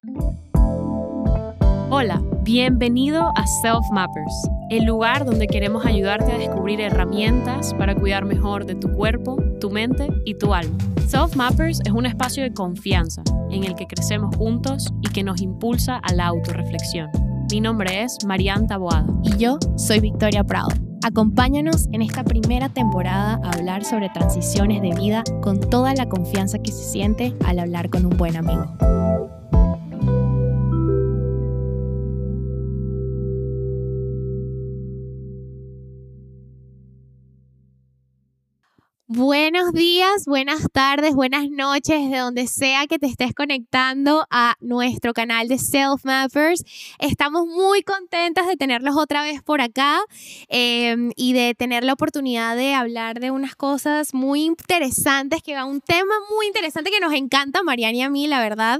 Hola, bienvenido a Self Mappers, el lugar donde queremos ayudarte a descubrir herramientas para cuidar mejor de tu cuerpo, tu mente y tu alma. Self Mappers es un espacio de confianza en el que crecemos juntos y que nos impulsa a la autorreflexión. Mi nombre es Marian Taboada. Y yo soy Victoria Prado. Acompáñanos en esta primera temporada a hablar sobre transiciones de vida con toda la confianza que se siente al hablar con un buen amigo. Buenos días, buenas tardes, buenas noches, de donde sea que te estés conectando a nuestro canal de Self Mappers. Estamos muy contentas de tenerlos otra vez por acá y de tener la oportunidad de hablar de unas cosas muy interesantes, que va un tema muy interesante que nos encanta a Marian y a mí, la verdad,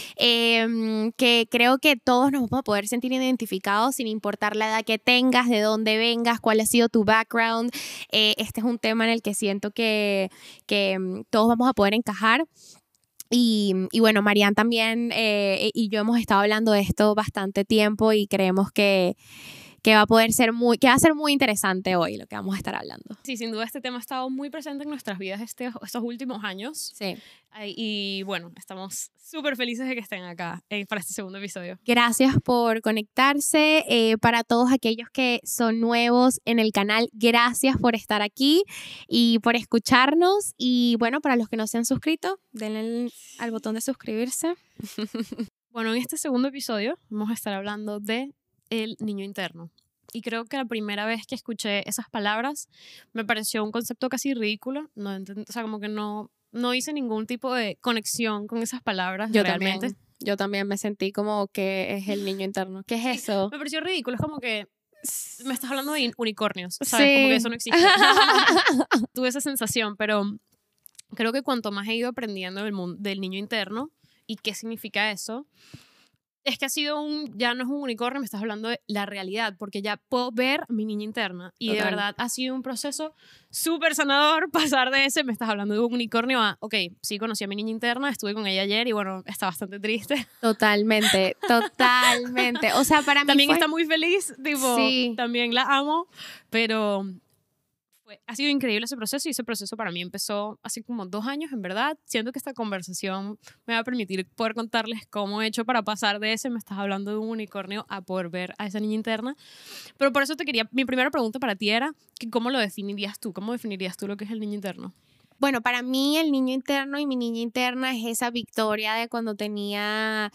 que creo que todos nos vamos a poder sentir identificados sin importar la edad que tengas, de dónde vengas, cuál ha sido tu background. Este es un tema en el que siento que todos vamos a poder encajar. Y bueno, Marian también y yo hemos estado hablando de esto bastante tiempo y creemos que va a ser muy interesante hoy lo que vamos a estar hablando. Sí, sin duda este tema ha estado muy presente en nuestras vidas estos últimos años. Sí. Y bueno, estamos súper felices de que estén acá para este segundo episodio. Gracias por conectarse. Para todos aquellos que son nuevos en el canal, gracias por estar aquí y por escucharnos. Y bueno, para los que no se han suscrito, denle al botón de suscribirse. Bueno, en este segundo episodio vamos a estar hablando de el niño interno. Y creo que la primera vez que escuché esas palabras me pareció un concepto casi ridículo. O sea, como que no hice ningún tipo de conexión con esas palabras realmente. Yo también me sentí como que es el niño interno. ¿Qué es eso? Me pareció ridículo. Es como que me estás hablando de unicornios, ¿sabes? Sí. Como que eso no existe. Tuve esa sensación, pero creo que cuanto más he ido aprendiendo del niño interno y qué significa eso, es que ya no es un unicornio, me estás hablando de la realidad, porque ya puedo ver mi niña interna. Y de verdad ha sido un proceso súper sanador pasar de ese, me estás hablando de un unicornio a, ok, sí conocí a mi niña interna, estuve con ella ayer y bueno, está bastante triste. Totalmente. O sea, para mí también está muy feliz, tipo, sí. También la amo, pero ha sido increíble ese proceso y ese proceso para mí empezó hace como 2 años, en verdad. Siento que esta conversación me va a permitir poder contarles cómo he hecho para pasar de ese, me estás hablando de un unicornio, a poder ver a esa niña interna. Pero por eso mi primera pregunta para ti era, ¿cómo lo definirías tú? ¿Cómo definirías tú lo que es el niño interno? Bueno, para mí el niño interno y mi niña interna es esa Victoria de cuando tenía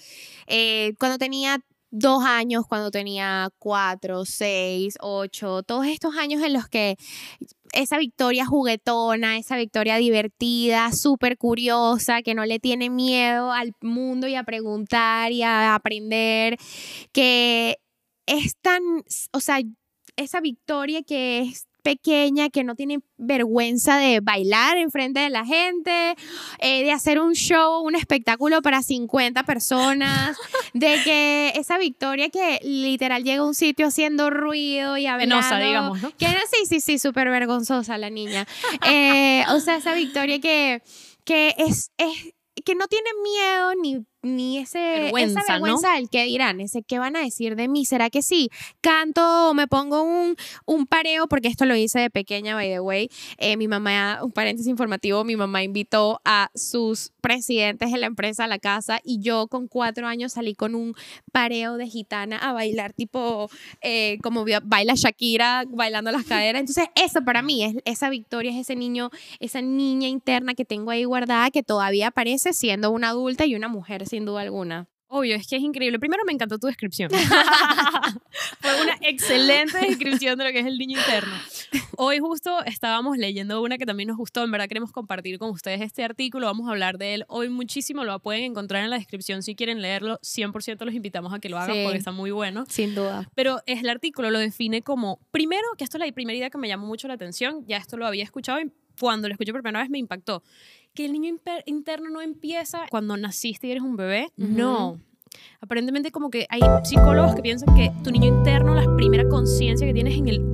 2 años, cuando tenía 4, 6, 8, todos estos años en los que esa Victoria juguetona, esa Victoria divertida, súper curiosa, que no le tiene miedo al mundo y a preguntar y a aprender, que es o sea, esa Victoria que es pequeña, que no tiene vergüenza de bailar enfrente de la gente, de hacer un show, un espectáculo para 50 personas, de que esa Victoria que literal llega a un sitio haciendo ruido y hablando. Penosa, digamos, ¿no? Que sí, súper vergonzosa la niña. O sea, esa Victoria que es que no tiene miedo ni esa vergüenza, ¿no? Del qué dirán, ese qué van a decir de mí. ¿Será que sí? Canto o me pongo un pareo, porque esto lo hice de pequeña, by the way. Mi mamá, un paréntesis informativo, mi mamá invitó a sus presidentes de la empresa a la casa y yo con 4 años salí con un pareo de gitana a bailar tipo como baila Shakira, bailando las caderas. Entonces eso para mí es esa Victoria, es ese niño, esa niña interna que tengo ahí guardada, que todavía aparece siendo una adulta y una mujer sin duda alguna. Obvio, es que es increíble. Primero me encantó tu descripción. Fue una excelente descripción de lo que es el niño interno. Hoy justo estábamos leyendo una que también nos gustó. En verdad queremos compartir con ustedes este artículo. Vamos a hablar de él hoy muchísimo. Lo pueden encontrar en la descripción si quieren leerlo. 100% los invitamos a que lo hagan, sí, porque está muy bueno. Sin duda. Pero el artículo lo define como, primero, que esto es la primera idea que me llamó mucho la atención. Ya esto lo había escuchado y cuando lo escuché por primera vez me impactó. Que el niño interno no empieza cuando naciste y eres un bebé. No. Aparentemente como que hay psicólogos que piensan que tu niño interno, la primera conciencia que tienes en el útero,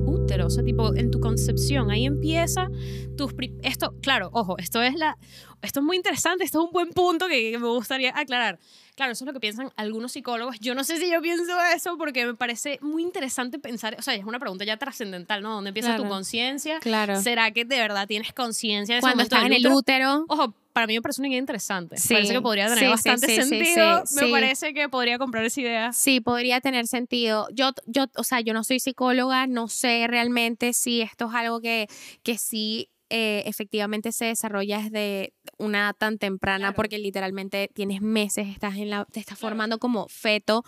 útero, o sea, tipo, en tu concepción, ahí empieza esto, claro, ojo, esto es muy interesante, esto es un buen punto que me gustaría aclarar. Claro, eso es lo que piensan algunos psicólogos. Yo no sé si yo pienso eso porque me parece muy interesante pensar, o sea, es una pregunta ya trascendental, ¿no? ¿Dónde empieza tu conciencia? Claro. ¿Será que de verdad tienes conciencia de ese cuando momento estás en el útero? Ojo, para mí me parece una idea interesante. Sí, Parece que podría tener bastante sentido. Me parece que podría comprar esa idea. Sí, podría tener sentido. O sea, yo no soy psicóloga, no sé realmente si esto es algo que sí efectivamente se desarrolla desde una edad tan temprana, claro, porque literalmente tienes meses, te estás formando como feto.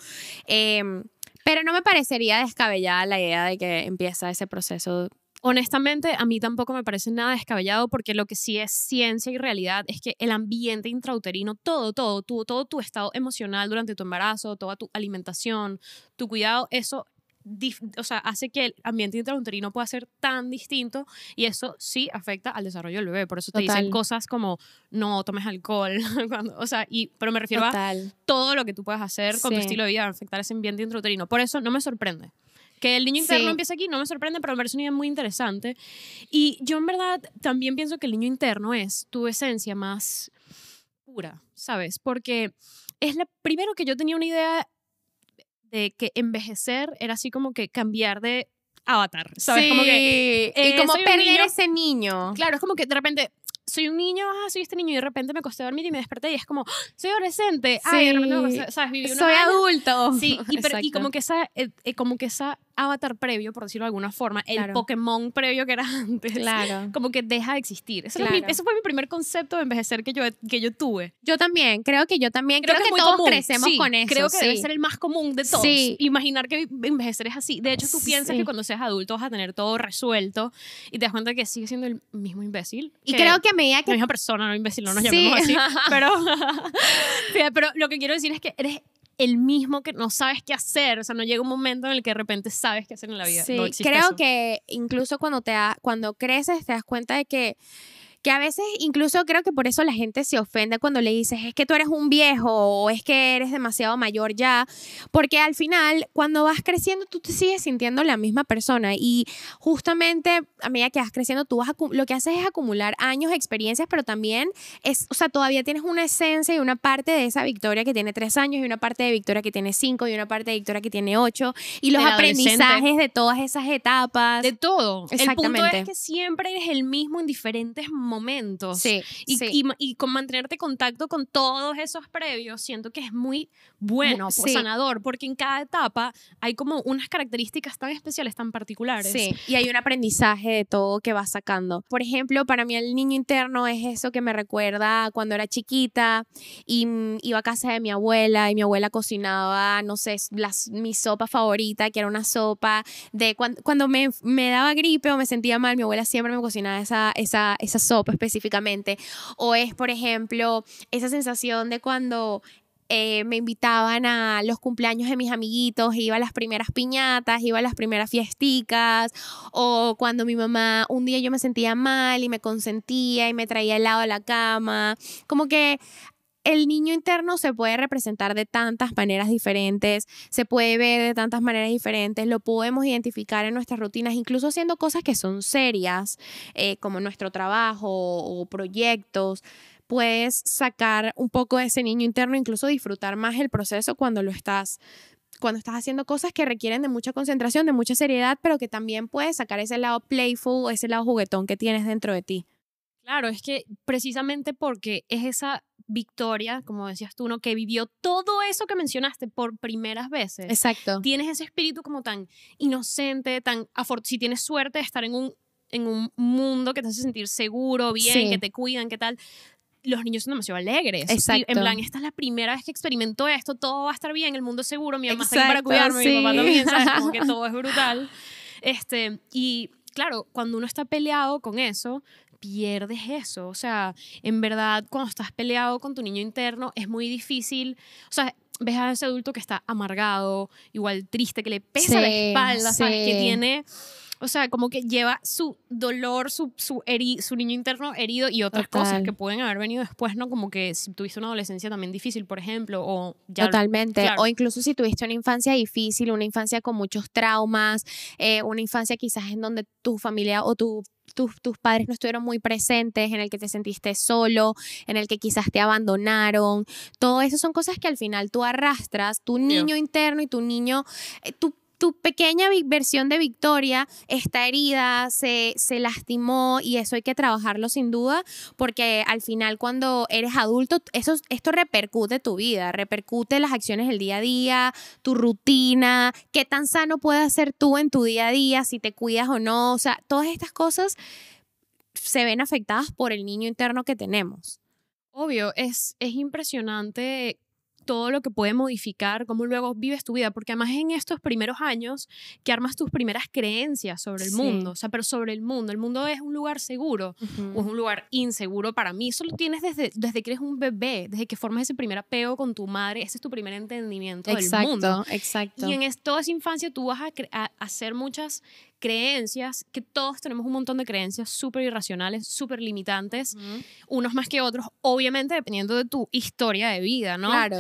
Pero no me parecería descabellada la idea de que empieza ese proceso. Honestamente, a mí tampoco me parece nada descabellado porque lo que sí es ciencia y realidad es que el ambiente intrauterino, todo tu estado emocional durante tu embarazo, toda tu alimentación, tu cuidado, eso o sea, hace que el ambiente intrauterino pueda ser tan distinto y eso sí afecta al desarrollo del bebé. Por eso te dicen cosas como no tomes alcohol, o sea, pero me refiero a todo lo que tú puedas hacer con tu estilo de vida, afectar ese ambiente intrauterino. Por eso no me sorprende. Que el niño interno empiece aquí no me sorprende, pero me parece una idea muy interesante. Y yo en verdad también pienso que el niño interno es tu esencia más pura, ¿sabes? Porque es primero que yo tenía una idea de que envejecer era así como que cambiar de avatar, ¿sabes? Sí, como que, y como perder ese niño. Claro, es como que de repente soy un niño, soy este niño y de repente me acosté a dormir y me desperté y es como, soy adolescente, sí. de repente me acosté, ¿sabes? Viví soy adulto. Sí, y como que esa avatar previo, por decirlo de alguna forma, el Pokémon previo que era antes, como que deja de existir. Ese fue mi primer concepto de envejecer que yo tuve. Yo también, creo que todos común. Crecemos con eso. Creo que debe ser el más común de todos. Sí. Imaginar que envejecer es así. De hecho, tú piensas que cuando seas adulto vas a tener todo resuelto y te das cuenta que sigues siendo el mismo imbécil. Y creo que a medida que... La misma persona, no imbécil, no nos llamemos así. Pero lo que quiero decir es que eres el mismo que no sabes qué hacer, o sea, no llega un momento en el que de repente sabes qué hacer en la vida. Sí, no creo eso. Que incluso cuando creces te das cuenta de que a veces incluso creo que por eso la gente se ofende cuando le dices es que tú eres un viejo o es que eres demasiado mayor ya, porque al final cuando vas creciendo tú te sigues sintiendo la misma persona y justamente a medida que vas creciendo tú lo que haces es acumular años, experiencias, pero también o sea, todavía tienes una esencia y una parte de esa Victoria que tiene 3 años y una parte de Victoria que tiene 5 y una parte de Victoria que tiene 8 y los aprendizajes de todas esas etapas. De todo. Exactamente. El punto es que siempre eres el mismo en diferentes momentos. Y con mantenerte en contacto con todos esos previos, siento que es muy bueno, sanador, porque en cada etapa hay como unas características tan especiales, tan particulares. Sí, y hay un aprendizaje de todo que vas sacando. Por ejemplo, para mí el niño interno es eso que me recuerda cuando era chiquita y iba a casa de mi abuela y mi abuela cocinaba, no sé, mi sopa favorita, que era una sopa de cuando me daba gripe o me sentía mal, mi abuela siempre me cocinaba esa sopa específicamente. O es, por ejemplo, esa sensación de cuando me invitaban a los cumpleaños de mis amiguitos, iba a las primeras piñatas, iba a las primeras fiesticas, o cuando mi mamá, un día yo me sentía mal y me consentía y me traía helado a la cama, como que el niño interno se puede representar de tantas maneras diferentes, se puede ver de tantas maneras diferentes, lo podemos identificar en nuestras rutinas, incluso haciendo cosas que son serias, como nuestro trabajo o proyectos. Puedes sacar un poco de ese niño interno, incluso disfrutar más el proceso cuando estás haciendo cosas que requieren de mucha concentración, de mucha seriedad, pero que también puedes sacar ese lado playful, ese lado juguetón que tienes dentro de ti. Claro, es que precisamente porque es esa Victoria, como decías tú, ¿no? Que vivió todo eso que mencionaste por primeras veces. Exacto. Tienes ese espíritu como tan inocente, si tienes suerte de estar en un mundo que te hace sentir seguro, bien, que te cuidan, ¿qué tal? Los niños son demasiado alegres. Exacto. En plan, esta es la primera vez que experimento esto, todo va a estar bien, el mundo es seguro, mi mamá está aquí para cuidarme, mi papá también, ¿sabes? Como que todo es brutal. Y claro, cuando uno está peleado con eso, pierdes eso. O sea, en verdad, cuando estás peleado con tu niño interno, es muy difícil. O sea, ves a ese adulto que está amargado, igual triste, que le pesa la espalda, ¿sabes? Que tiene O sea, como que lleva su dolor, su niño interno herido y otras cosas que pueden haber venido después, ¿no? Como que si tuviste una adolescencia también difícil, por ejemplo, o ya... Totalmente. Claro. O incluso si tuviste una infancia difícil, una infancia con muchos traumas, una infancia quizás en donde tu familia o tus padres no estuvieron muy presentes, en el que te sentiste solo, en el que quizás te abandonaron. Todo eso son cosas que al final tú arrastras, tu niño interno y tu niño, tu pequeña versión de Victoria está herida, se lastimó y eso hay que trabajarlo sin duda, porque al final cuando eres adulto esto repercute tu vida, repercute las acciones del día a día, tu rutina, qué tan sano puedes ser tú en tu día a día, si te cuidas o no, o sea, todas estas cosas se ven afectadas por el niño interno que tenemos. Obvio, es impresionante todo lo que puede modificar, cómo luego vives tu vida, porque además en estos primeros años que armas tus primeras creencias sobre el mundo, o sea, pero sobre el mundo es un lugar seguro o es un lugar inseguro para mí, eso lo tienes desde que eres un bebé, desde que formas ese primer apego con tu madre, ese es tu primer entendimiento del mundo. Exacto. Y en toda esa infancia tú vas a hacer muchas creencias, que todos tenemos un montón de creencias súper irracionales, súper limitantes, unos más que otros, obviamente dependiendo de tu historia de vida, ¿no? Claro.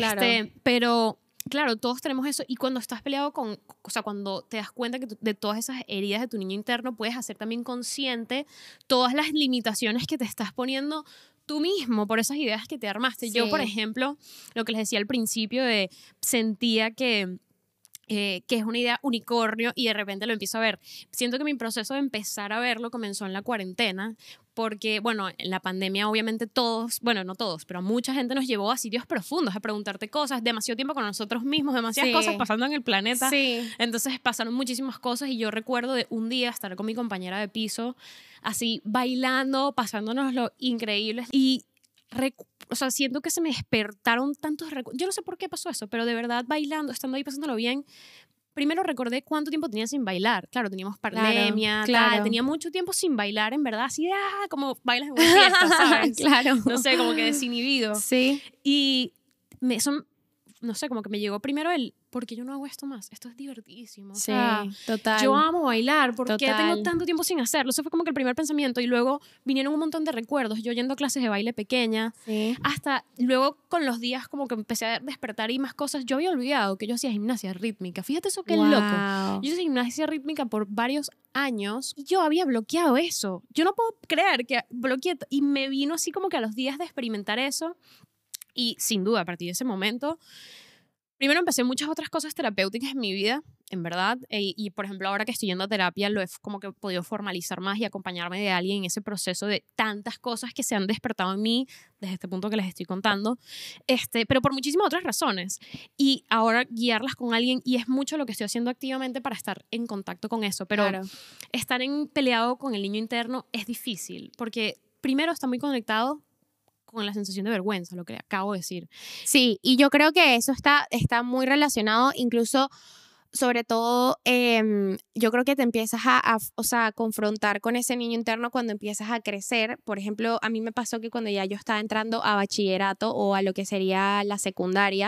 Pero claro, todos tenemos eso y cuando estás peleado o sea, cuando te das cuenta que de todas esas heridas de tu niño interno, puedes hacer también consciente todas las limitaciones que te estás poniendo tú mismo por esas ideas que te armaste. Yo, por ejemplo, lo que les decía al principio sentía que es una idea unicornio y de repente lo empiezo a ver. Siento que mi proceso de empezar a verlo comenzó en la cuarentena porque, bueno, en la pandemia obviamente no todos, pero mucha gente nos llevó a sitios profundos a preguntarte cosas, demasiado tiempo con nosotros mismos, demasiadas cosas pasando en el planeta. Entonces pasaron muchísimas cosas y yo recuerdo de un día estar con mi compañera de piso así bailando, pasándonos lo increíbles y o sea, siento que se me despertaron tantos recuerdos. Yo no sé por qué pasó eso, pero de verdad bailando, estando ahí pasándolo bien, primero recordé cuánto tiempo tenía sin bailar. Claro, teníamos pandemia, tal, tenía mucho tiempo sin bailar, en verdad, así como bailas en una fiesta, ¿sabes? No sé, como que desinhibido. Sí. Y no sé, como que me llegó primero ¿por qué yo no hago esto más? Esto es divertidísimo. O sea, total. Yo amo bailar, ¿por qué tengo tanto tiempo sin hacerlo? Eso fue como que el primer pensamiento y luego vinieron un montón de recuerdos. Yo yendo a clases de baile pequeña, hasta luego con los días como que empecé a despertar y más cosas. Yo había olvidado que yo hacía gimnasia rítmica. Fíjate eso, qué loco. Yo hice gimnasia rítmica por varios años y yo había bloqueado eso. Yo no puedo creer que bloqueé y me vino así como que a los días de experimentar eso y sin duda a partir de ese momento primero empecé muchas otras cosas terapéuticas en mi vida, en verdad, y por ejemplo ahora que estoy yendo a terapia lo he como que podido formalizar más y acompañarme de alguien en ese proceso de tantas cosas que se han despertado en mí desde este punto que les estoy contando, pero por muchísimas otras razones y ahora guiarlas con alguien y es mucho lo que estoy haciendo activamente para estar en contacto con eso, pero estar peleado con el niño interno es difícil porque primero está muy conectado con la sensación de vergüenza, lo que acabo de decir. Sí, y yo creo que eso está muy relacionado, incluso, sobre todo, yo creo que te empiezas o sea, a confrontar con ese niño interno cuando empiezas a crecer. Por ejemplo, a mí me pasó que cuando ya yo estaba entrando a bachillerato o a lo que sería la secundaria,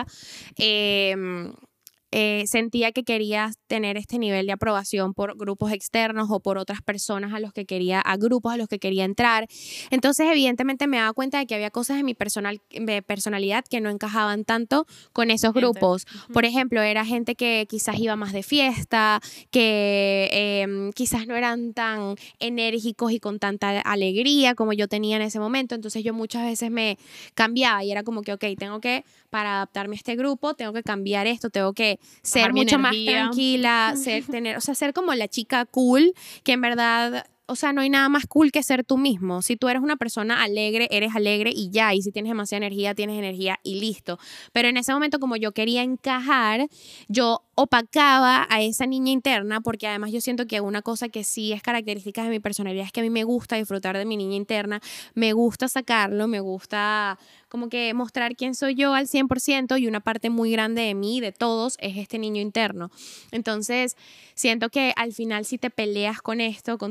sentía que quería tener este nivel de aprobación por grupos externos o por otras personas a grupos a los que quería entrar. Entonces, evidentemente me daba cuenta de que había cosas en mi personalidad que no encajaban tanto con esos grupos. Por ejemplo, era gente que quizás iba más de fiesta, que quizás no eran tan enérgicos y con tanta alegría como yo tenía en ese momento. Entonces, yo muchas veces me cambiaba y era como que, ok, para adaptarme a este grupo, tengo que cambiar esto, tengo que ser mucho más tranquila, ser como la chica cool, que en verdad, o sea, no hay nada más cool que ser tú mismo. Si tú eres una persona alegre, eres alegre y ya, y si tienes demasiada energía, tienes energía y listo. Pero en ese momento, como yo quería encajar, yo opacaba a esa niña interna, porque además yo siento que una cosa que sí es característica de mi personalidad es que a mí me gusta disfrutar de mi niña interna, me gusta sacarlo, me gusta como que mostrar quién soy yo al 100% y una parte muy grande de mí, de todos, es este niño interno. Entonces, siento que al final si te peleas con esto, con esta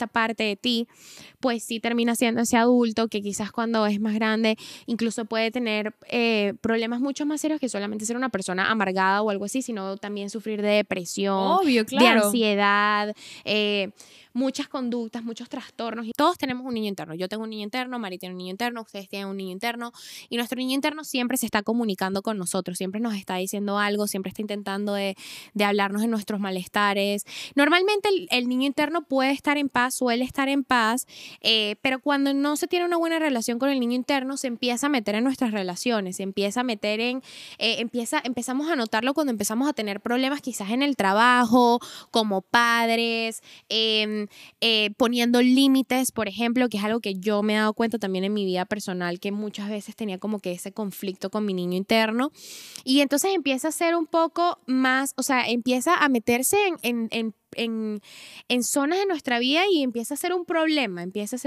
esa parte de ti, pues sí termina siendo ese adulto que quizás cuando es más grande incluso puede tener problemas mucho más serios que solamente ser una persona amargada o algo así, sino también sufrir de depresión, Obvio, de claro. ansiedad, muchas conductas, muchos trastornos. Y todos tenemos un niño interno. Yo tengo un niño interno, Mari tiene un niño interno, ustedes tienen un niño interno. Y nuestro niño interno siempre se está comunicando con nosotros, siempre nos está diciendo algo, siempre está intentando de hablarnos de nuestros malestares. Normalmente el niño interno puede estar en paz, suele estar en paz, pero cuando no se tiene una buena relación con el niño interno, se empieza a meter en nuestras relaciones, se empieza a meter en, empezamos a notarlo cuando empezamos a tener problemas quizás en el trabajo, como padres, poniendo límites, por ejemplo, que es algo que yo me he dado cuenta también en mi vida personal, que muchas veces tenía como que ese conflicto con mi niño interno, y entonces empieza a ser un poco más, o sea, empieza a meterse en zonas de nuestra vida y empieza a ser un problema, empieza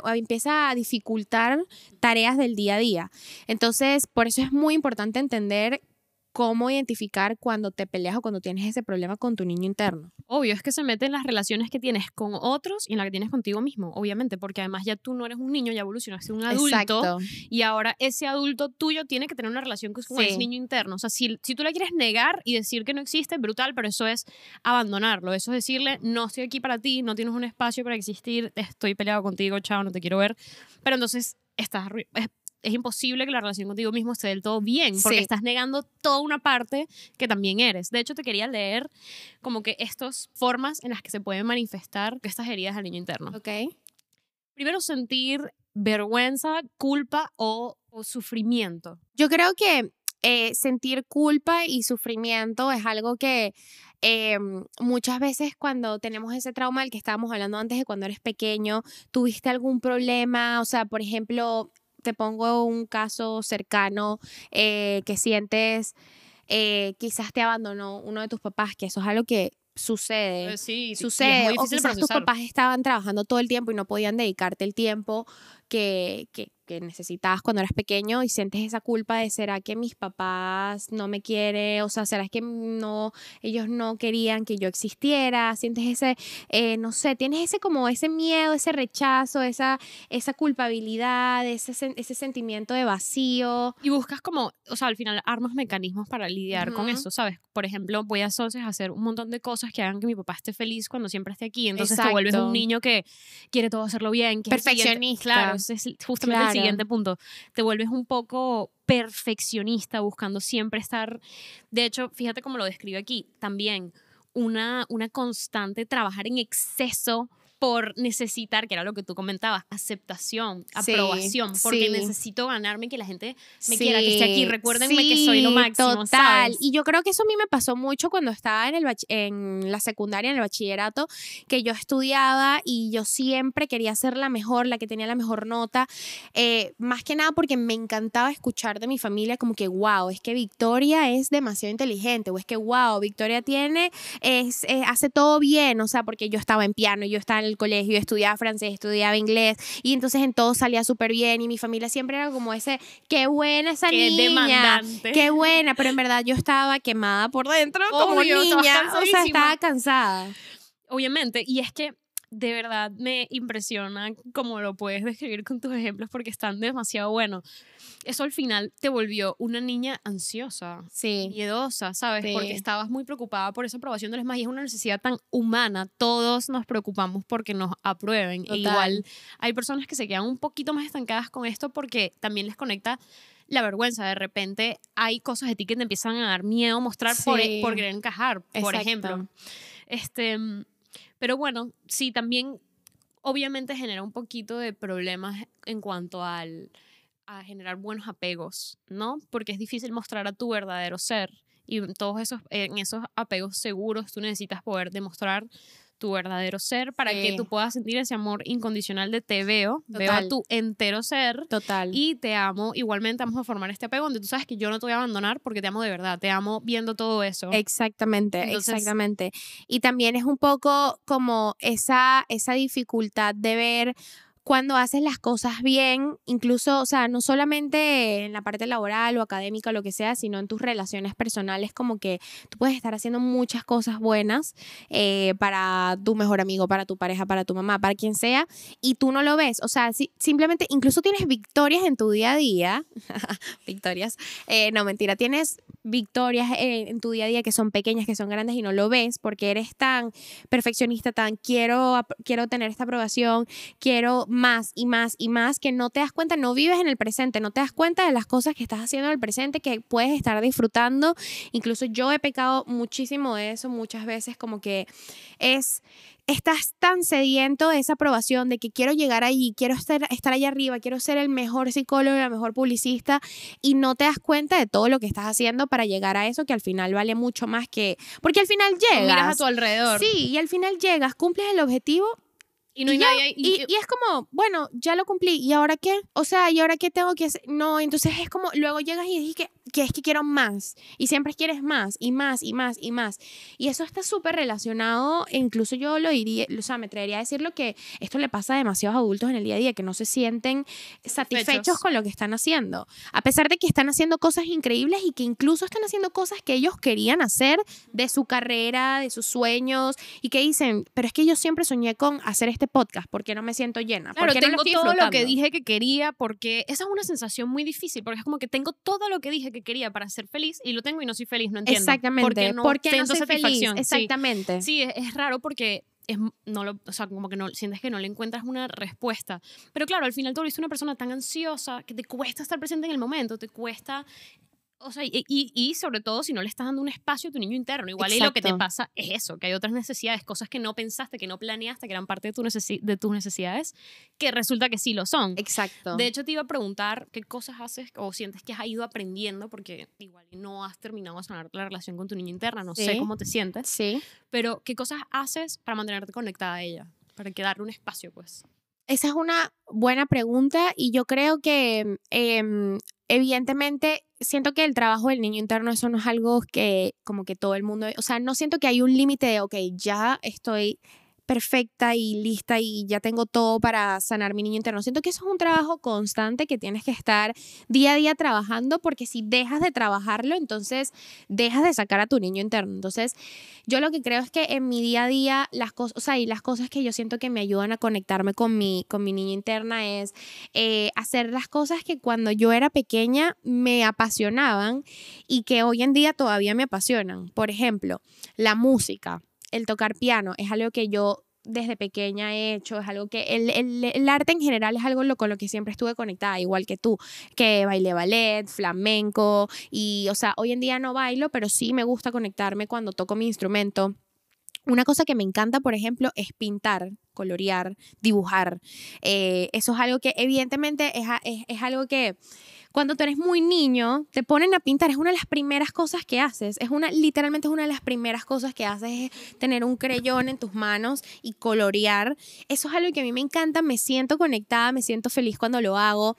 a dificultar tareas del día a día. Entonces, por eso es muy importante entender cómo identificar cuando te peleas o cuando tienes ese problema con tu niño interno. Obvio, es que se mete en las relaciones que tienes con otros y en la que tienes contigo mismo, obviamente, porque además ya tú no eres un niño, ya evolucionaste a un adulto. Exacto. Y ahora ese adulto tuyo tiene que tener una relación con ese niño interno. O sea, si tú le quieres negar y decir que no existe, brutal, pero eso es abandonarlo, eso es decirle, no estoy aquí para ti, no tienes un espacio para existir, estoy peleado contigo, chao, no te quiero ver. Pero entonces es imposible que la relación contigo mismo esté del todo bien, porque estás negando toda una parte que también eres. De hecho, te quería leer como que estas formas en las que se pueden manifestar estas heridas al niño interno. Ok. Primero, sentir vergüenza, culpa o sufrimiento. Yo creo que sentir culpa y sufrimiento es algo que muchas veces cuando tenemos ese trauma del que estábamos hablando antes, de cuando eres pequeño, tuviste algún problema, o sea, por ejemplo, te pongo un caso cercano que sientes, quizás te abandonó uno de tus papás, que eso es algo que sucede. Sí, sucede. es muy O difícil quizás tus procesar. papás estaban trabajando todo el tiempo y no podían dedicarte el tiempo que necesitabas cuando eras pequeño y sientes esa culpa de ¿será que mis papás no me quieren? O sea, ¿será que no, ellos no querían que yo existiera? Sientes ese, no sé, tienes ese como ese miedo, ese rechazo, esa culpabilidad, ese sentimiento de vacío. Y buscas como, o sea, al final armas mecanismos para lidiar con eso, ¿sabes? Por ejemplo, voy a entonces hacer un montón de cosas que hagan que mi papá esté feliz cuando siempre esté aquí. Entonces te vuelves un niño que quiere todo hacerlo bien. Que perfeccionista. Claro, ese es justamente el siguiente punto. Te vuelves un poco perfeccionista, buscando siempre estar... De hecho, fíjate cómo lo describe aquí. También una constante trabajar en exceso por necesitar, que era lo que tú comentabas, aceptación, aprobación, porque necesito ganarme que la gente me quiera, que esté aquí, recuérdenme que soy lo máximo, total. ¿sabes? Y yo creo que eso a mí me pasó mucho cuando estaba en la secundaria, en el bachillerato, que yo estudiaba y yo siempre quería ser la mejor, la que tenía la mejor nota, más que nada porque me encantaba escuchar de mi familia como que, wow, es que Victoria es demasiado inteligente, o es que, wow, Victoria hace todo bien, o sea, porque yo estaba en piano, yo estaba en el colegio, estudiaba francés, estudiaba inglés y entonces en todo salía súper bien y mi familia siempre era como ese, qué buena esa niña, demandante. Qué buena, pero en verdad yo estaba quemada por dentro como niña, o sea, estaba cansada. Obviamente, y es que de verdad me impresiona cómo lo puedes describir con tus ejemplos porque están demasiado buenos. Eso al final te volvió una niña ansiosa, miedosa, ¿sabes? Sí. Porque estabas muy preocupada por esa aprobación de los demás y es una necesidad tan humana. Todos nos preocupamos porque nos aprueben. E igual hay personas que se quedan un poquito más estancadas con esto porque también les conecta la vergüenza. De repente hay cosas de ti que te empiezan a dar miedo mostrar por querer encajar, por ejemplo. Pero bueno, sí, también obviamente genera un poquito de problemas en cuanto a generar buenos apegos, ¿no? Porque es difícil mostrar a tu verdadero ser y en esos apegos seguros tú necesitas poder demostrar tu verdadero ser para que tú puedas sentir ese amor incondicional de te veo a tu entero ser y te amo, igualmente vamos a formar este apego donde tú sabes que yo no te voy a abandonar porque te amo de verdad, te amo viendo todo eso. Exactamente. Y también es un poco como esa dificultad de ver cuando haces las cosas bien, incluso, o sea, no solamente en la parte laboral o académica o lo que sea, sino en tus relaciones personales, como que tú puedes estar haciendo muchas cosas buenas para tu mejor amigo, para tu pareja, para tu mamá, para quien sea, y tú no lo ves. O sea, simplemente, incluso tienes victorias en tu día a día, victorias, no, mentira, tienes victorias en tu día a día que son pequeñas, que son grandes y no lo ves porque eres tan perfeccionista, tan quiero tener esta aprobación, quiero más y más y más, que no te das cuenta, no vives en el presente, no te das cuenta de las cosas que estás haciendo en el presente, que puedes estar disfrutando. Incluso yo he pecado muchísimo de eso muchas veces, como que estás tan sediento de esa aprobación, de que quiero llegar allí, quiero estar allá arriba, quiero ser el mejor psicólogo, la mejor publicista, y no te das cuenta de todo lo que estás haciendo para llegar a eso, que al final vale mucho más que... Porque al final llegas. Miras a tu alrededor. Sí, y al final llegas, cumples el objetivo. Y no hay nadie. Y es como, bueno, ya lo cumplí, ¿y ahora qué? O sea, ¿y ahora qué tengo que hacer? No, entonces es como, luego llegas y dices que es que quiero más. Y siempre quieres más, y más, y más, y más. Y eso está súper relacionado, e incluso yo lo diría, o sea, me atrevería a decirlo que esto le pasa a demasiados adultos en el día a día, que no se sienten satisfechos con lo que están haciendo. A pesar de que están haciendo cosas increíbles y que incluso están haciendo cosas que ellos querían hacer de su carrera, de sus sueños, y que dicen, pero es que yo siempre soñé con hacer este podcast, porque no me siento llena. Claro, porque tengo no lo todo disfrutando? lo que dije que quería, porque esa es una sensación muy difícil, porque es como que tengo todo lo que dije que quería para ser feliz y lo tengo y no soy feliz, no entiendo. Exactamente. Porque no siento soy feliz. satisfacción. Exactamente. Sí, es raro porque o sea, como que no sientes que no le encuentras una respuesta. Pero claro, al final tú eres una persona tan ansiosa que te cuesta estar presente en el momento, te cuesta... O sea, y sobre todo si no le estás dando un espacio a tu niño interno. Igual y lo que te pasa es eso, que hay otras necesidades, cosas que no pensaste, que no planeaste, que eran parte de tus necesidades, que resulta que sí lo son. Exacto. De hecho, te iba a preguntar qué cosas haces o sientes que has ido aprendiendo, porque igual no has terminado de sanar la relación con tu niña interna, no sé cómo te sientes. Sí. Pero ¿qué cosas haces para mantenerte conectada a ella? Para que darle un espacio, pues. Esa es una buena pregunta y yo creo que evidentemente siento que el trabajo del niño interno, eso no es algo que como que todo el mundo, o sea, no siento que hay un límite de, ok, ya estoy perfecta y lista y ya tengo todo para sanar mi niño interno. Siento que eso es un trabajo constante que tienes que estar día a día trabajando, porque si dejas de trabajarlo, entonces dejas de sacar a tu niño interno. Entonces, yo lo que creo es que en mi día a día las cosas, o sea, y las cosas que yo siento que me ayudan a conectarme con mi niña interna es hacer las cosas que cuando yo era pequeña me apasionaban y que hoy en día todavía me apasionan. Por ejemplo, la música. El tocar piano es algo que yo desde pequeña he hecho, es algo que el arte en general es algo con lo que siempre estuve conectada, igual que tú, que bailé ballet, flamenco y, o sea, hoy en día no bailo, pero sí me gusta conectarme cuando toco mi instrumento. Una cosa que me encanta, por ejemplo, es pintar, colorear, dibujar. Eso es algo que evidentemente es algo que cuando tú eres muy niño te ponen a pintar, es una de las primeras cosas que haces, literalmente es una de las primeras cosas que haces, es tener un crayón en tus manos y colorear. Eso es algo que a mí me encanta, me siento conectada, me siento feliz cuando lo hago.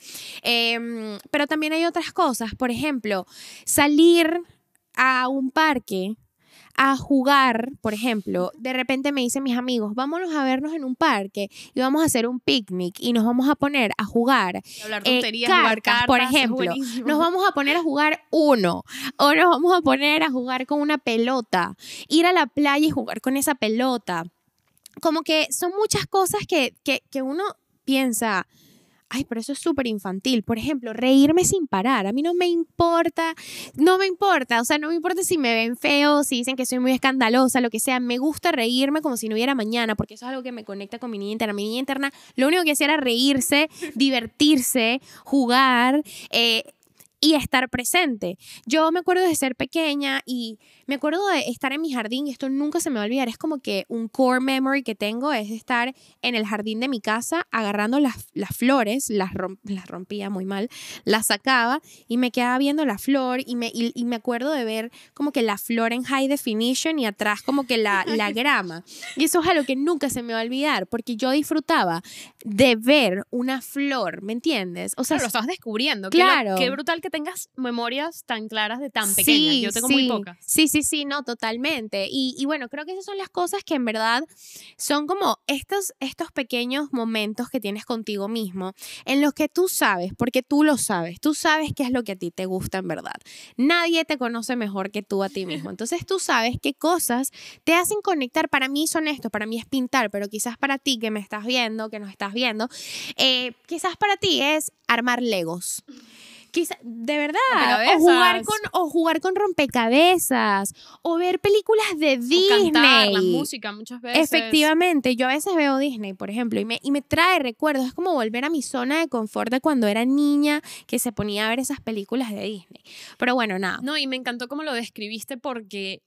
Pero también hay otras cosas, por ejemplo, salir a un parque a jugar, por ejemplo, de repente me dicen mis amigos, vámonos a vernos en un parque y vamos a hacer un picnic y nos vamos a poner a jugar hablar tonterías, jugar cartas, por es ejemplo, buenísimo. nos vamos a poner a jugar Uno o nos vamos a poner a jugar con una pelota, ir a la playa y jugar con esa pelota. Como que son muchas cosas que uno piensa, ay, pero eso es súper infantil. Por ejemplo, reírme sin parar. A mí no me importa. O sea, no me importa si me ven feo, si dicen que soy muy escandalosa, lo que sea. Me gusta reírme como si no hubiera mañana, porque eso es algo que me conecta con mi niña interna. Mi niña interna lo único que hacía era reírse, divertirse, jugar, y estar presente. Yo me acuerdo de ser pequeña y me acuerdo de estar en mi jardín y esto nunca se me va a olvidar. Es como que un core memory que tengo es estar en el jardín de mi casa agarrando las flores, las rompía muy mal, las sacaba y me quedaba viendo la flor y me acuerdo de ver como que la flor en high definition y atrás como que la grama. Y eso es algo que nunca se me va a olvidar porque yo disfrutaba de ver una flor, ¿me entiendes? O sea, Claro, lo estabas descubriendo. Claro. Qué brutal que tengas memorias tan claras de tan pequeñas. Yo tengo muy pocas. Sí, no, totalmente. Y bueno, creo que esas son las cosas que en verdad son como estos pequeños momentos que tienes contigo mismo, en los que tú sabes, porque tú lo sabes, tú sabes qué es lo que a ti te gusta en verdad. Nadie te conoce mejor que tú a ti mismo. Entonces tú sabes qué cosas te hacen conectar. Para mí son estos, para mí es pintar, pero quizás para ti que me estás viendo, que nos estás viendo, quizás para ti es armar Legos. Quizá, de verdad, o jugar con rompecabezas, o ver películas de Disney. O cantar, la música muchas veces. Efectivamente, yo a veces veo Disney, por ejemplo, y me trae recuerdos. Es como volver a mi zona de confort de cuando era niña, que se ponía a ver esas películas de Disney. Pero bueno, nada. No, y me encantó cómo lo describiste porque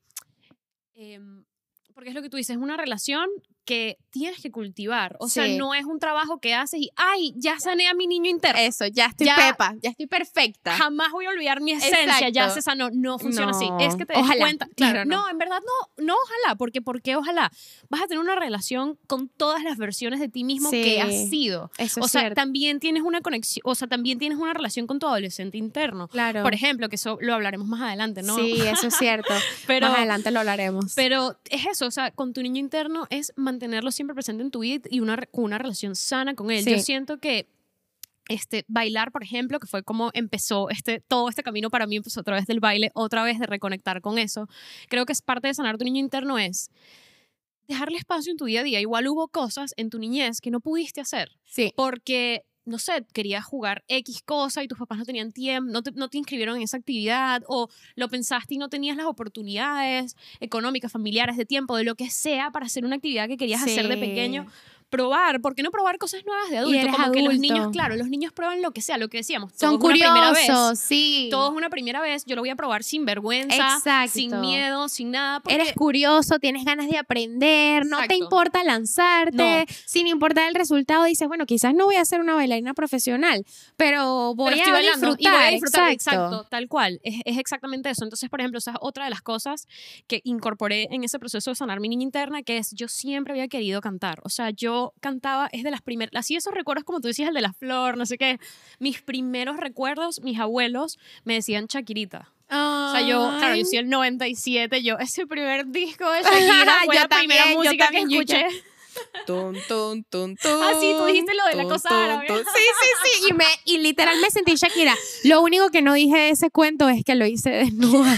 es lo que tú dices, es una relación que tienes que cultivar. O sea, no es un trabajo que haces y ¡ay! Ya sané a mi niño interno. Eso, ya estoy pepa, ya estoy perfecta. Jamás voy a olvidar mi esencia, ya se sanó. No funciona así. Es que te des cuenta. Claro, no, en verdad no, ojalá. ¿Por qué ojalá? Vas a tener una relación con todas las versiones de ti mismo que has sido. Eso o es sea, cierto. también tienes una conexión, o sea, también tienes una relación con tu adolescente interno. Claro. Por ejemplo, que eso lo hablaremos más adelante, ¿no? Sí, eso es cierto. Pero, más adelante lo hablaremos. Pero es eso, o sea, con tu niño interno es mantenerlo siempre presente en tu vida y una relación sana con él. Sí. Yo siento que bailar, por ejemplo, que fue como empezó todo este camino para mí, empezó a través del baile, otra vez de reconectar con eso. Creo que es parte de sanar tu niño interno, es dejarle espacio en tu día a día. Igual hubo cosas en tu niñez que no pudiste hacer. Sí. Porque, no sé, querías jugar X cosa y tus papás no tenían tiempo, no te inscribieron en esa actividad, o lo pensaste y no tenías las oportunidades económicas, familiares, de tiempo, de lo que sea para hacer una actividad que querías hacer de pequeño. Probar, ¿por qué no probar cosas nuevas de adulto? Como que los niños, claro, los niños prueban lo que sea, lo que decíamos. Son curiosos, sí. Todo es una primera vez, yo lo voy a probar sin vergüenza, sin miedo, sin nada. Eres curioso, tienes ganas de aprender, no te importa lanzarte, sin importar el resultado, dices, bueno, quizás no voy a ser una bailarina profesional, pero voy a disfrutar. Exacto, tal cual, es exactamente eso. Entonces, por ejemplo, esa es otra de las cosas que incorporé en ese proceso de sanar mi niña interna, que es, yo siempre había querido cantar, o sea, yo cantaba, es de las primeras, así esos recuerdos como tú decías, el de la flor, no sé qué, mis primeros recuerdos, mis abuelos me decían Shakirita. O sea, yo soy el 97, ese primer disco de Shakira fue la primera música que escuché. Tun, tun, tun, tun, sí, tú dijiste lo de la cosa árabe. Sí. Y literal me sentí Shakira. Lo único que no dije de ese cuento es que lo hice desnuda.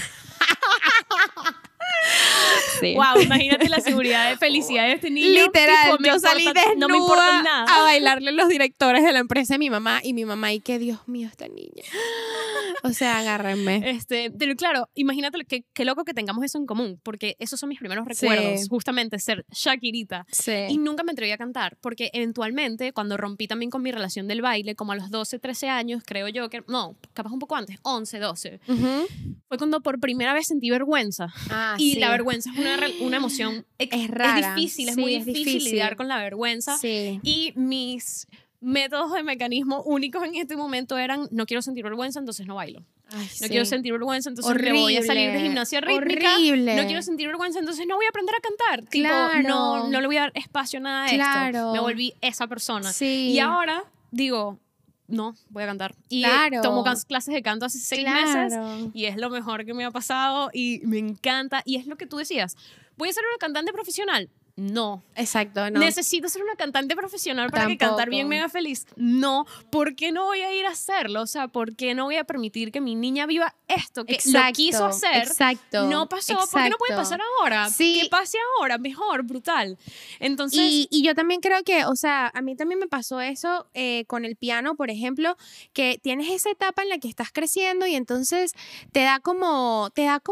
Sí. Wow, imagínate la seguridad de felicidad de este niño. Literal, yo salí desnuda no me importa nada. a bailarle los directores de la empresa de mi mamá, y que Dios mío, esta niña. O sea, agárrenme. Pero claro, imagínate qué loco que tengamos eso en común, porque esos son mis primeros recuerdos, justamente ser Shakirita. Sí. Y nunca me atreví a cantar, porque eventualmente, cuando rompí también con mi relación del baile, como a los 12, 13 años, creo yo que, no, capaz un poco antes, 11, 12, fue cuando por primera vez sentí vergüenza. Y la vergüenza es una emoción es rara. Es difícil, es muy difícil lidiar con la vergüenza. Sí. Y mis métodos de mecanismo únicos en este momento eran: no quiero sentir vergüenza, entonces no bailo. No quiero sentir vergüenza, entonces me voy a salir de gimnasia rítmica. No quiero sentir vergüenza, entonces no voy a aprender a cantar. Claro. Tipo, no le voy a dar espacio a nada de esto. Me volví esa persona. Sí. Y ahora digo, no, voy a cantar. Y tomo clases de canto hace 6 meses y es lo mejor que me ha pasado y me encanta. Y es lo que tú decías, ¿voy a ser una cantante profesional? No. Exacto, no. ¿Necesito ser una cantante profesional para que cantar bien me haga feliz? No. ¿Por qué no voy a ir a hacerlo? O sea, ¿por qué no voy a permitir que mi niña viva esto? Que lo quiso hacer. No pasó. ¿Por qué no puede pasar ahora? Sí. Que pase ahora. Mejor, brutal. Entonces... Y yo también creo que, o sea, a mí también me pasó eso con el piano, por ejemplo, que tienes esa etapa en la que estás creciendo y entonces te da como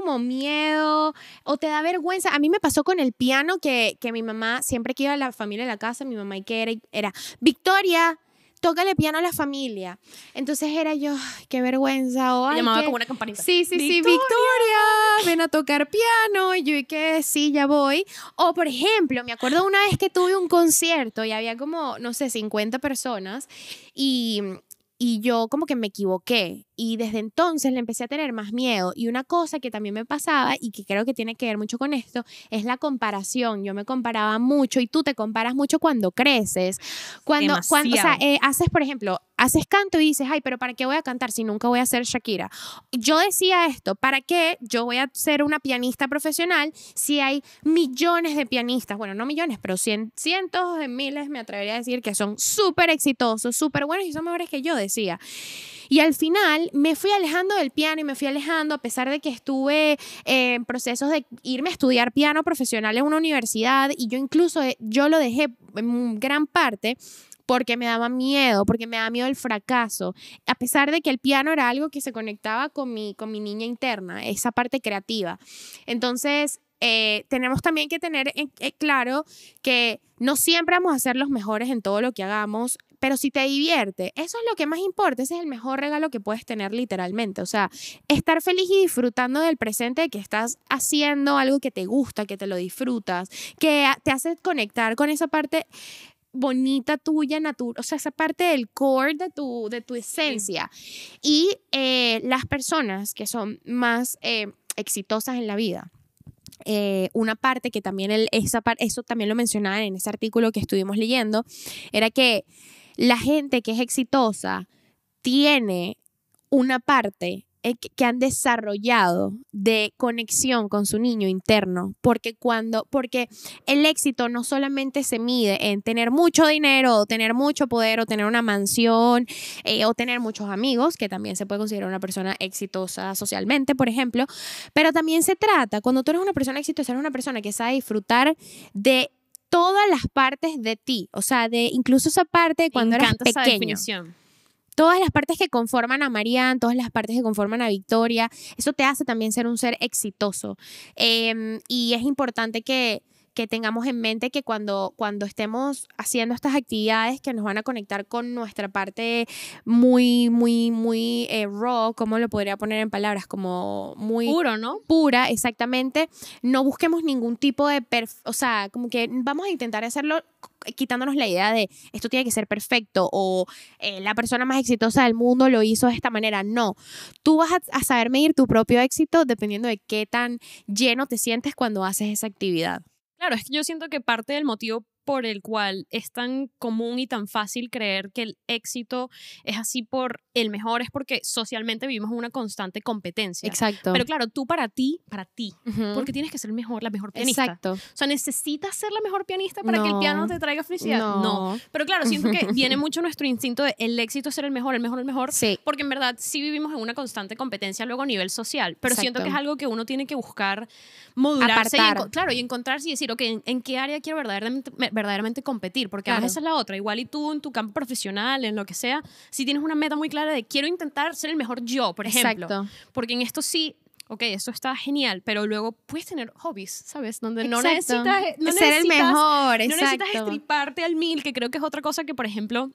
miedo o te da vergüenza. A mí me pasó con el piano que mi mamá, siempre que iba a la familia a la casa, mi mamá y que era Victoria, tócale piano a la familia. Entonces era yo, qué vergüenza. O, llamaba como una campanita. Sí, Victoria, ven a tocar piano. Y yo, y que sí, ya voy. O, por ejemplo, me acuerdo una vez que tuve un concierto y había como, no sé, 50 personas y yo como que me equivoqué y desde entonces le empecé a tener más miedo. Y una cosa que también me pasaba y que creo que tiene que ver mucho con esto es la comparación. Yo me comparaba mucho y tú te comparas mucho cuando creces. O sea, haces, por ejemplo, haces canto y dices, ay, pero ¿para qué voy a cantar si nunca voy a ser Shakira? Yo decía esto, ¿para qué yo voy a ser una pianista profesional si hay millones de pianistas? Bueno, no millones, pero cientos de miles, me atrevería a decir, que son súper exitosos, súper buenos y son mejores que yo, decía. Y al final me fui alejando del piano y me fui alejando a pesar de que estuve en procesos de irme a estudiar piano profesional en una universidad y yo incluso yo lo dejé en gran parte porque me daba miedo, porque me daba miedo el fracaso, a pesar de que el piano era algo que se conectaba con mi niña interna, esa parte creativa. Entonces, tenemos también que tener claro que no siempre vamos a ser los mejores en todo lo que hagamos, pero si te divierte, eso es lo que más importa, ese es el mejor regalo que puedes tener literalmente, o sea, estar feliz y disfrutando del presente, de que estás haciendo algo que te gusta, que te lo disfrutas, que te hace conectar con esa parte bonita tuya, o sea, esa parte del core de tu esencia. Sí. Y las personas que son más exitosas en la vida, una parte que también eso también lo mencionaban en ese artículo que estuvimos leyendo, era que la gente que es exitosa tiene una parte que han desarrollado de conexión con su niño interno, porque el éxito no solamente se mide en tener mucho dinero, o tener mucho poder, o tener una mansión, o tener muchos amigos, que también se puede considerar una persona exitosa socialmente, por ejemplo, pero también se trata, cuando tú eres una persona exitosa, eres una persona que sabe disfrutar de todas las partes de ti, o sea, de incluso esa parte de cuando eras pequeño. Esa definición. Todas las partes que conforman a Marianne, todas las partes que conforman a Victoria, eso te hace también ser un ser exitoso. Y es importante que tengamos en mente que cuando estemos haciendo estas actividades que nos van a conectar con nuestra parte muy, muy, muy raw, ¿cómo lo podría poner en palabras? Como muy... Puro, ¿no? Pura, exactamente. No busquemos ningún tipo de... o sea, como que vamos a intentar hacerlo quitándonos la idea de esto tiene que ser perfecto o la persona más exitosa del mundo lo hizo de esta manera. No, tú vas a saber medir tu propio éxito dependiendo de qué tan lleno te sientes cuando haces esa actividad. Claro, es que yo siento que parte del motivo por el cual es tan común y tan fácil creer que el éxito es así por el mejor es porque socialmente vivimos una constante competencia. Exacto. Pero claro, tú para ti, porque tienes que ser el mejor, la mejor pianista. Exacto. O sea, ¿necesitas ser la mejor pianista para que el piano te traiga felicidad? No. Pero claro, siento que viene mucho nuestro instinto de el éxito es ser el mejor, sí. porque en verdad sí vivimos en una constante competencia luego a nivel social, pero siento que es algo que uno tiene que buscar modularse y encontrarse y decir, ok, ¿en qué área quiero verdaderamente competir? Porque a veces esa es la otra. Igual y tú en tu campo profesional, en lo que sea, si tienes una meta muy clara de quiero intentar ser el mejor yo, por ejemplo. Exacto. Porque en esto sí, ok, eso está genial, pero luego puedes tener hobbies, ¿sabes? Donde no necesitas ser el mejor, no necesitas estriparte al 1000, que creo que es otra cosa que, por ejemplo,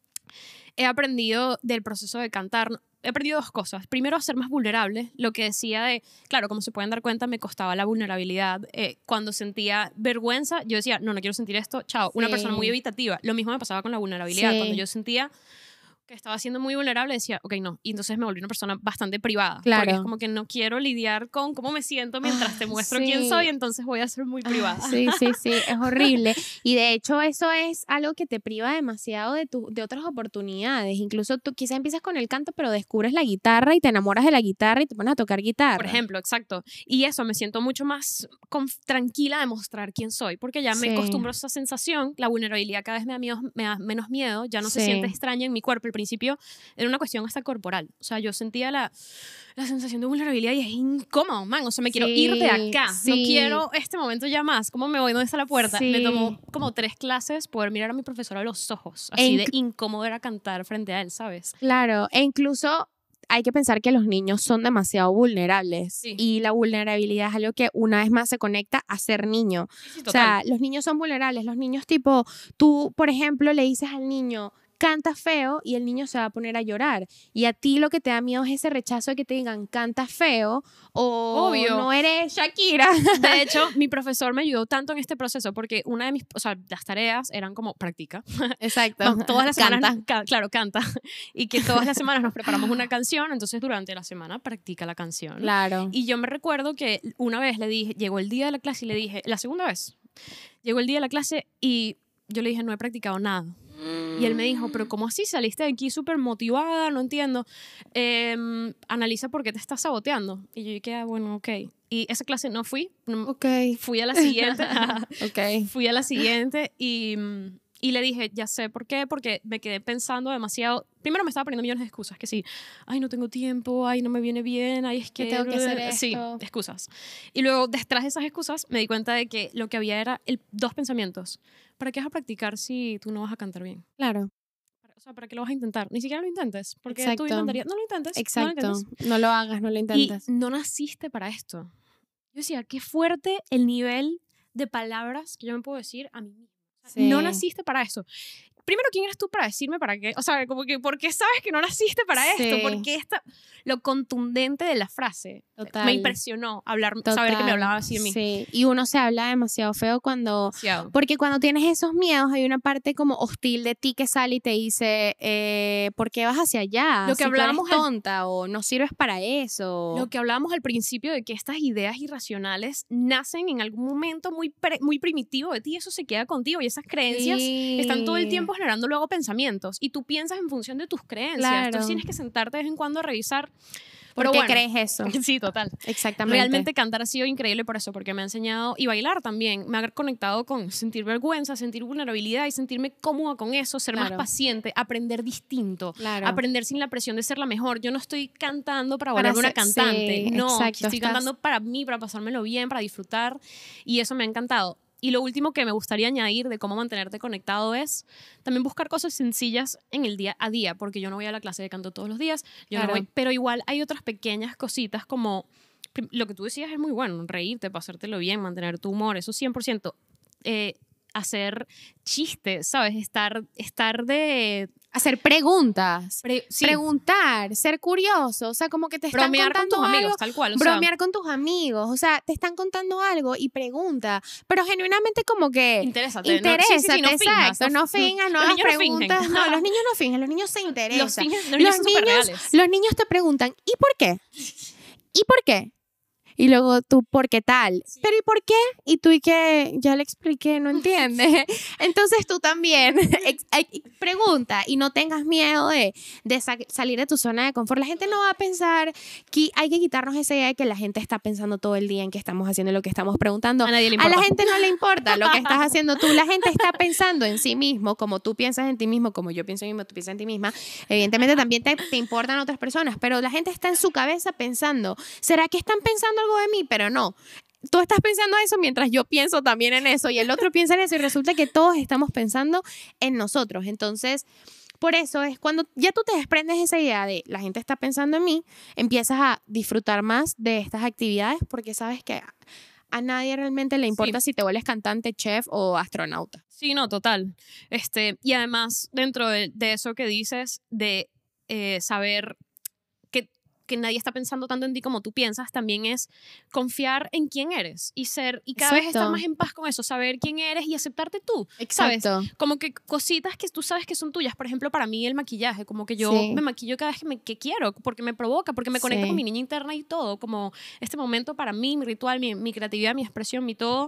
he aprendido del proceso de cantar. He aprendido dos cosas. Primero, a ser más vulnerable. Lo que decía de, claro, como se pueden dar cuenta, me costaba la vulnerabilidad. Cuando sentía vergüenza, yo decía, no quiero sentir esto, chao. Sí. Una persona muy evitativa. Lo mismo me pasaba con la vulnerabilidad. Sí. Cuando yo sentía que estaba siendo muy vulnerable, decía, ok, no. Y entonces me volví una persona bastante privada. Claro. Porque es como que no quiero lidiar con cómo me siento mientras te muestro quién soy, entonces voy a ser muy privada. Sí, es horrible. Y de hecho eso es algo que te priva demasiado de otras oportunidades. Incluso tú quizás empiezas con el canto, pero descubres la guitarra y te enamoras de la guitarra y te pones a tocar guitarra. Por ejemplo, exacto. Y eso, me siento mucho más tranquila de mostrar quién soy, porque ya me acostumbro a esa sensación. La vulnerabilidad cada vez me da menos miedo, ya no se siente extraña en mi cuerpo. Al principio era una cuestión hasta corporal. O sea, yo sentía la sensación de vulnerabilidad y es incómodo, man. O sea, me quiero ir de acá. No quiero este momento ya más. ¿Cómo me voy? ¿Dónde está la puerta? Me tomó como 3 clases poder mirar a mi profesor a los ojos. Así de incómodo era cantar frente a él, ¿sabes? Claro. E incluso hay que pensar que los niños son demasiado vulnerables. Sí. Y la vulnerabilidad es algo que una vez más se conecta a ser niño. Sí, o sea, los niños son vulnerables. Los niños tipo, tú, por ejemplo, le dices al niño, canta feo y el niño se va a poner a llorar. Y a ti lo que te da miedo es ese rechazo de que te digan canta feo o obvio, no eres Shakira. De hecho, mi profesor me ayudó tanto en este proceso porque una de las tareas eran como practica. Exacto. No, todas las semanas, canta. Y que todas las semanas nos preparamos una canción, entonces durante la semana practica la canción. Claro. Y yo me recuerdo que una vez le dije, llegó el día de la clase y le dije, la segunda vez, llegó el día de la clase y yo le dije, no he practicado nada. Y él me dijo, pero ¿cómo así? Saliste de aquí súper motivada, no entiendo. Analiza por qué te estás saboteando. Y yo dije, bueno, ok. Y esa clase no fui. Ok. Fui a la siguiente. Ok. Fui a la siguiente y le dije, ya sé por qué, porque me quedé pensando demasiado. Primero me estaba poniendo millones de excusas, que sí, ay, no tengo tiempo, ay, no me viene bien, ay, es que tengo que hacer esto. Sí, excusas. Y luego, detrás de esas excusas, me di cuenta de que lo que había era dos pensamientos. ¿Para qué vas a practicar si tú no vas a cantar bien? Claro. O sea, ¿para qué lo vas a intentar? Ni siquiera lo intentes, porque Exacto. tú intentarías, no lo intentes. Exacto. No lo intentes. No lo hagas, no lo intentes. Y no naciste para esto. Yo decía, qué fuerte el nivel de palabras que yo me puedo decir a mí misma. O sea, Sí. no naciste para eso. Primero, ¿quién eres tú para decirme para qué? O sea, como que, ¿por qué sabes que no naciste para Sí. esto? Porque lo contundente de la frase Total. me impresionó saber que me Total. hablaba así de mí. Sí, y uno se habla demasiado feo Demasiado. porque cuando tienes esos miedos hay una parte como hostil de ti que sale y te dice, ¿por qué vas hacia allá? Lo que si hablábamos tú eres tonta o no sirves para eso. Lo que hablábamos al principio de que estas ideas irracionales nacen en algún momento muy primitivo de ti, eso se queda contigo y esas creencias Sí. están todo el tiempo generando luego pensamientos y tú piensas en función de tus creencias. Claro. Entonces tienes que sentarte de vez en cuando a revisar. ¿Por Pero qué bueno, crees eso? Sí, total. Exactamente. Realmente cantar ha sido increíble por eso, porque me ha enseñado, y bailar también, me ha conectado con sentir vergüenza, sentir vulnerabilidad y sentirme cómoda con eso, ser más Claro. paciente, aprender distinto, Claro. aprender sin la presión de ser la mejor. Yo no estoy cantando para Para volverme una ser- cantante, sí, no, exacto, estoy cantando para mí, para pasármelo bien, para disfrutar, y eso me ha encantado. Y lo último que me gustaría añadir de cómo mantenerte conectado es también buscar cosas sencillas en el día a día, porque yo no voy a la clase de canto todos los días, yo no Claro. voy, pero igual hay otras pequeñas cositas como lo que tú decías es muy bueno, reírte, pasártelo bien, mantener tu humor, eso 100%. Hacer chistes, ¿sabes? Estar de... Hacer preguntas. Sí, Preguntar, ser curioso, o sea, como que te están bromear con contando tus amigos, algo, tal cual. O sea, bromear con tus amigos, o sea, te están contando algo y pregunta, pero genuinamente como que interésate. interésate, no finjas, exacto, no finjas, no los hagas niños no fingen. preguntas, no, los niños no fingen, los niños se interesan. Los niños son súper reales. Los niños te preguntan, ¿y por qué? ¿Y por qué? Y luego tú, ¿por qué tal? Sí. ¿Pero y por qué? Y tú, ¿y qué? Ya le expliqué, no entiendes. Entonces tú también pregunta y no tengas miedo de salir de tu zona de confort. La gente no va a pensar que hay que quitarnos esa idea de que la gente está pensando todo el día en qué estamos haciendo, lo que estamos preguntando. A nadie le A importa. la gente no le importa lo que estás haciendo tú. La gente está pensando en sí mismo, como tú piensas en ti mismo, como yo pienso en mí mismo, tú piensas en ti misma. Evidentemente también te importan otras personas, pero la gente está en su cabeza pensando, ¿será que están pensando algo de mí? Pero no. Tú estás pensando eso mientras yo pienso también en eso y el otro piensa en eso y resulta que todos estamos pensando en nosotros. Entonces, por eso es cuando ya tú te desprendes de esa idea de la gente está pensando en mí, empiezas a disfrutar más de estas actividades porque sabes que a nadie realmente le importa si te vuelves cantante, chef o astronauta. Sí, no, total. Y además, dentro de eso que dices, de saber que nadie está pensando tanto en ti como tú piensas, también es confiar en quién eres y cada vez estar más en paz con eso, saber quién eres y aceptarte tú, ¿sabes? Como que cositas que tú sabes que son tuyas, por ejemplo, para mí el maquillaje, como que yo me maquillo cada vez que quiero, porque me provoca, porque me conecta con mi niña interna y todo, como este momento para mí, mi ritual, mi creatividad, mi expresión, mi todo,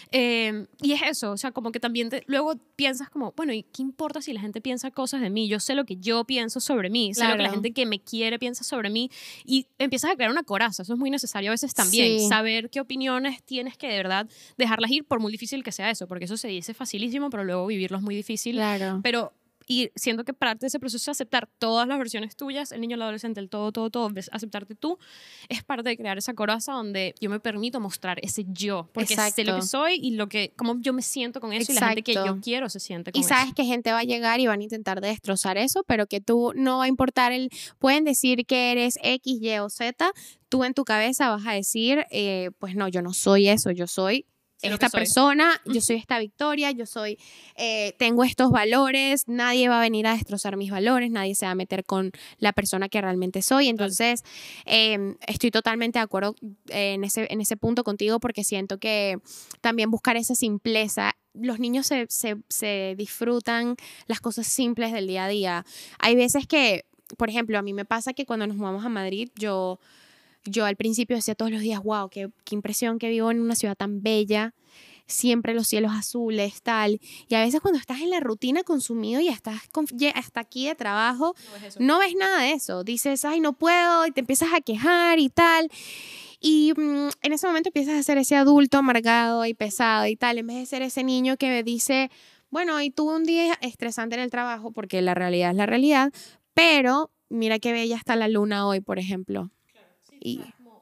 y es eso, o sea, como que también luego piensas como, bueno, ¿y qué importa si la gente piensa cosas de mí? Yo sé lo que yo pienso sobre mí, sé lo que la gente que me quiere piensa sobre mí, y empiezas a crear una coraza. Eso es muy necesario a veces también, saber qué opiniones tienes que de verdad dejarlas ir, por muy difícil que sea eso, porque eso se dice facilísimo, pero luego vivirlo es muy difícil. Claro. Pero y siento que parte de ese proceso es aceptar todas las versiones tuyas, el niño, el adolescente, el todo, aceptarte tú, es parte de crear esa coraza donde yo me permito mostrar ese yo, porque sé lo que soy y cómo yo me siento con eso y la gente que yo quiero se siente con eso. Y sabes que gente va a llegar y van a intentar destrozar eso, pero que tú no va a importar pueden decir que eres X, Y o Z, tú en tu cabeza vas a decir, pues no, yo no soy eso, yo soy esta persona, yo soy esta Victoria, yo soy, tengo estos valores, nadie va a venir a destrozar mis valores, nadie se va a meter con la persona que realmente soy. Entonces, estoy totalmente de acuerdo en ese punto contigo porque siento que también buscar esa simpleza. Los niños se disfrutan las cosas simples del día a día. Hay veces que, por ejemplo, a mí me pasa que cuando nos mudamos a Madrid, yo al principio decía todos los días, wow, qué impresión que vivo en una ciudad tan bella. siempre los cielos azules, tal. Y a veces cuando estás en la rutina consumido y estás hasta aquí de trabajo, no ves nada de eso. Dices, ay, no puedo, y te empiezas a quejar y tal. Y en ese momento empiezas a ser ese adulto amargado y pesado y tal, en vez de ser ese niño que dice, bueno, hoy tuve un día estresante en el trabajo, porque la realidad es la realidad, pero mira qué bella está la luna hoy, por ejemplo. Claro, sí,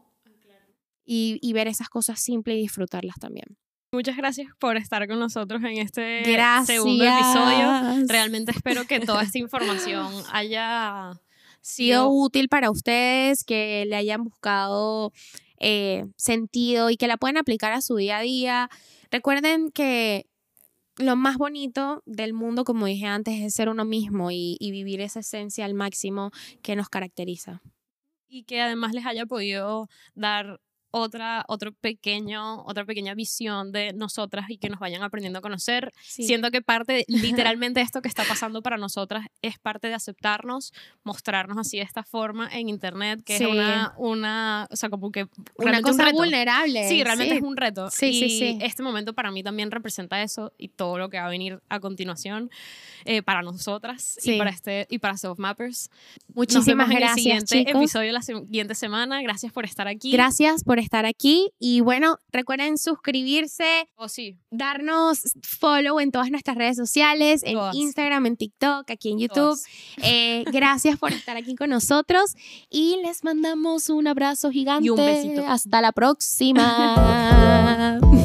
y ver esas cosas simples y disfrutarlas también. Muchas gracias por estar con nosotros en este Gracias. segundo episodio. Realmente espero que toda esta información haya sido útil para ustedes, que le hayan buscado sentido y que la puedan aplicar a su día a día. Recuerden que lo más bonito del mundo, como dije antes, es ser uno mismo y vivir esa esencia al máximo que nos caracteriza. Y que además les haya podido dar otra pequeña visión de nosotras y que nos vayan aprendiendo a conocer. Sí. Siento que literalmente esto que está pasando para nosotras es parte de aceptarnos, mostrarnos así de esta forma en internet, que sí. es o sea, como que una cosa vulnerable. Sí, realmente sí. es un reto. Sí, y sí. este momento para mí también representa eso y todo lo que va a venir a continuación para nosotras sí. y para Self Mappers. Muchísimas gracias, en el siguiente chicos. episodio la siguiente semana. Gracias por estar aquí. Gracias por estar aquí y bueno, recuerden suscribirse, darnos follow en todas nuestras redes sociales, en Instagram, en TikTok, aquí en YouTube. Gracias por estar aquí con nosotros y les mandamos un abrazo gigante. Y un besito. Hasta la próxima.